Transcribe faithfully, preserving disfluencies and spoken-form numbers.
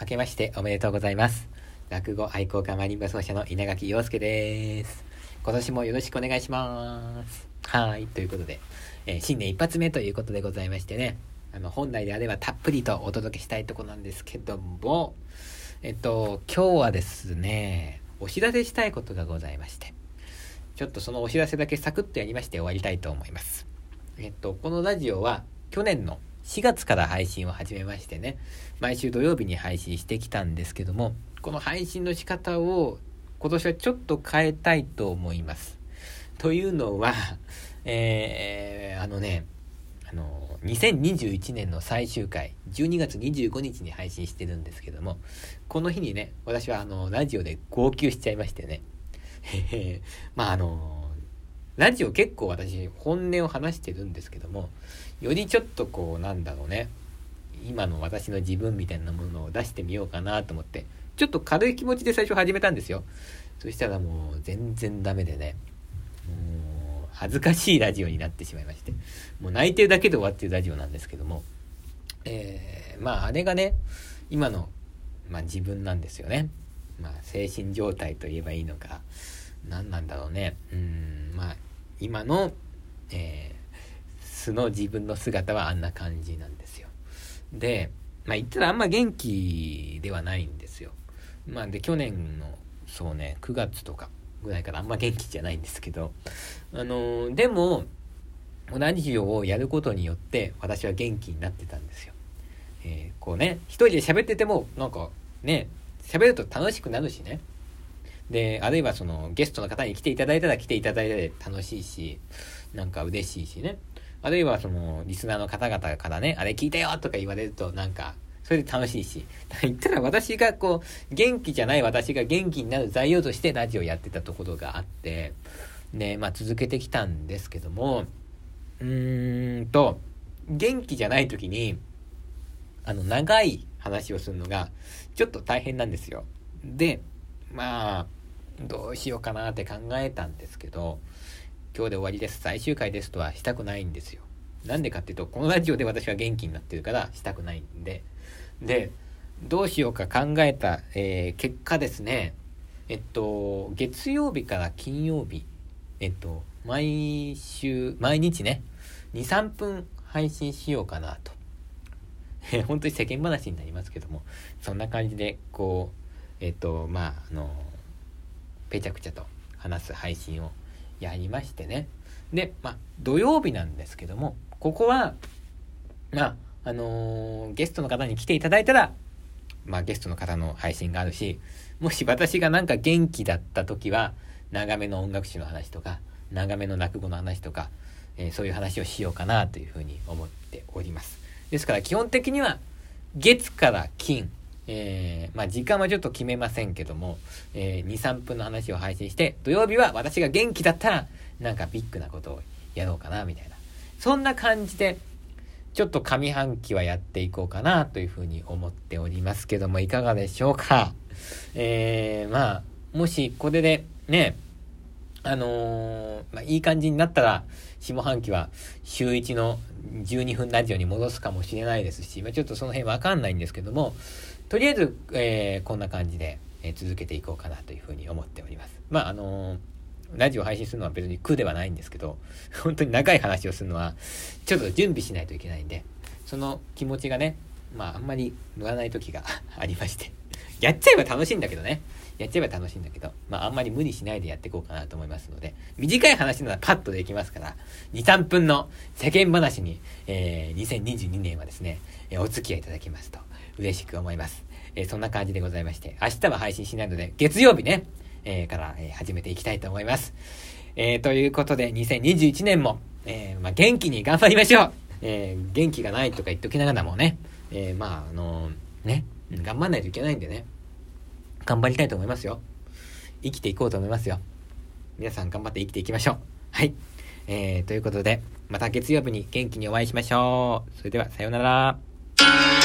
明けましておめでとうございます。落語愛好家マリンバ奏者の稲垣陽介です。今年もよろしくお願いします。はい、ということで、えー、新年一発目ということでございましてね、あの本来であればたっぷりとお届けしたいところなんですけども、えっと今日はですね、お知らせしたいことがございまして、ちょっとそのお知らせだけサクッとやりまして終わりたいと思います。えっとこのラジオは去年のしがつから配信を始めましてね、毎週土曜日に配信してきたんですけども、この配信の仕方を今年はちょっと変えたいと思います。というのは、えー、あのね、あのにせんにじゅういちねんの最終回、じゅうにがつにじゅうごにちに配信してるんですけども、この日にね、私はあのラジオで号泣しちゃいましてね、まああのラジオ結構私本音を話してるんですけども、よりちょっとこうなんだろうね、今の私の自分みたいなものを出してみようかなと思って、ちょっと軽い気持ちで最初始めたんですよ。そしたらもう全然ダメでね、もう恥ずかしいラジオになってしまいまして、もう泣いてるだけで終わってるラジオなんですけども、えー、まああれがね今の、まあ、自分なんですよね。まあ精神状態と言えばいいのか何なんだろうね。うーんまあ今の、えー、素の自分の姿はあんな感じなんですよ。で、まあ言ったらあんま元気ではないんですよ。まあで去年のそうねくがつとかぐらいからあんま元気じゃないんですけど、あのー、でもラジオをやることによって私は元気になってたんですよ。えー、こうね一人で喋っててもなんかね喋ると楽しくなるしね。であるいはそのゲストの方に来ていただいたら来ていただいたで楽しいし、なんか嬉しいしね。あるいはそのリスナーの方々からね、あれ聞いたよとか言われるとなんかそれで楽しいし、言ったら私がこう元気じゃない私が元気になる材料としてラジオやってたところがあって、でまあ続けてきたんですけども、うーんと元気じゃない時にあの長い話をするのがちょっと大変なんですよ。でまあどうしようかなって考えたんですけど、今日で終わりです、最終回ですとはしたくないんですよ。なんでかっていうと、このラジオで私は元気になってるからしたくないんで、でどうしようか考えた、えー、結果ですね、えっと月曜日から金曜日、えっと毎週毎日ね にさんぷん配信しようかなと、えー、本当に世間話になりますけども、そんな感じでこうえっとまああのぺちゃくちゃと話す配信をやりましてね。でまあ土曜日なんですけども、ここはまああのー、ゲストの方に来ていただいたらまあゲストの方の配信があるし、もし私がなんか元気だった時は長めの音楽史の話とか長めの落語の話とか、えー、そういう話をしようかなというふうに思っております。ですから基本的には月から金、えー、まあ時間はちょっと決めませんけども、えー、にさんぷんの話を配信して、土曜日は私が元気だったらなんかビッグなことをやろうかなみたいな、そんな感じでちょっと上半期はやっていこうかなというふうに思っておりますけども、いかがでしょうか。えー、まあもしこれでねあのーまあ、いい感じになったら下半期は週いちのじゅうにふんラジオに戻すかもしれないですし、まあ、ちょっとその辺わかんないんですけども、とりあえず、えー、こんな感じで、えー、続けていこうかなというふうに思っております。まああのー、ラジオ配信するのは別に苦ではないんですけど、本当に長い話をするのはちょっと準備しないといけないんで、その気持ちがね、まああんまり乗らない時がありまして、やっちゃえば楽しいんだけどねやっちゃえば楽しいんだけど、まああんまり無理しないでやっていこうかなと思いますので、短い話ならパッとできますから、にさんぷんの世間話に、えー、にせんにじゅうにねんはですね、えー、お付き合いいただきますと嬉しく思います。えー、そんな感じでございまして、明日は配信しないので月曜日ね、えー、から、えー、始めていきたいと思います。えー、ということでにせんにじゅういちねんも、えーまあ、元気に頑張りましょう。えー、元気がないとか言っときながらもね、えー、まああのー、ね頑張んないといけないんでね、頑張りたいと思いますよ。生きていこうと思いますよ。皆さん頑張って生きていきましょう。はい、えー、ということでまた月曜日に元気にお会いしましょう。それではさようなら。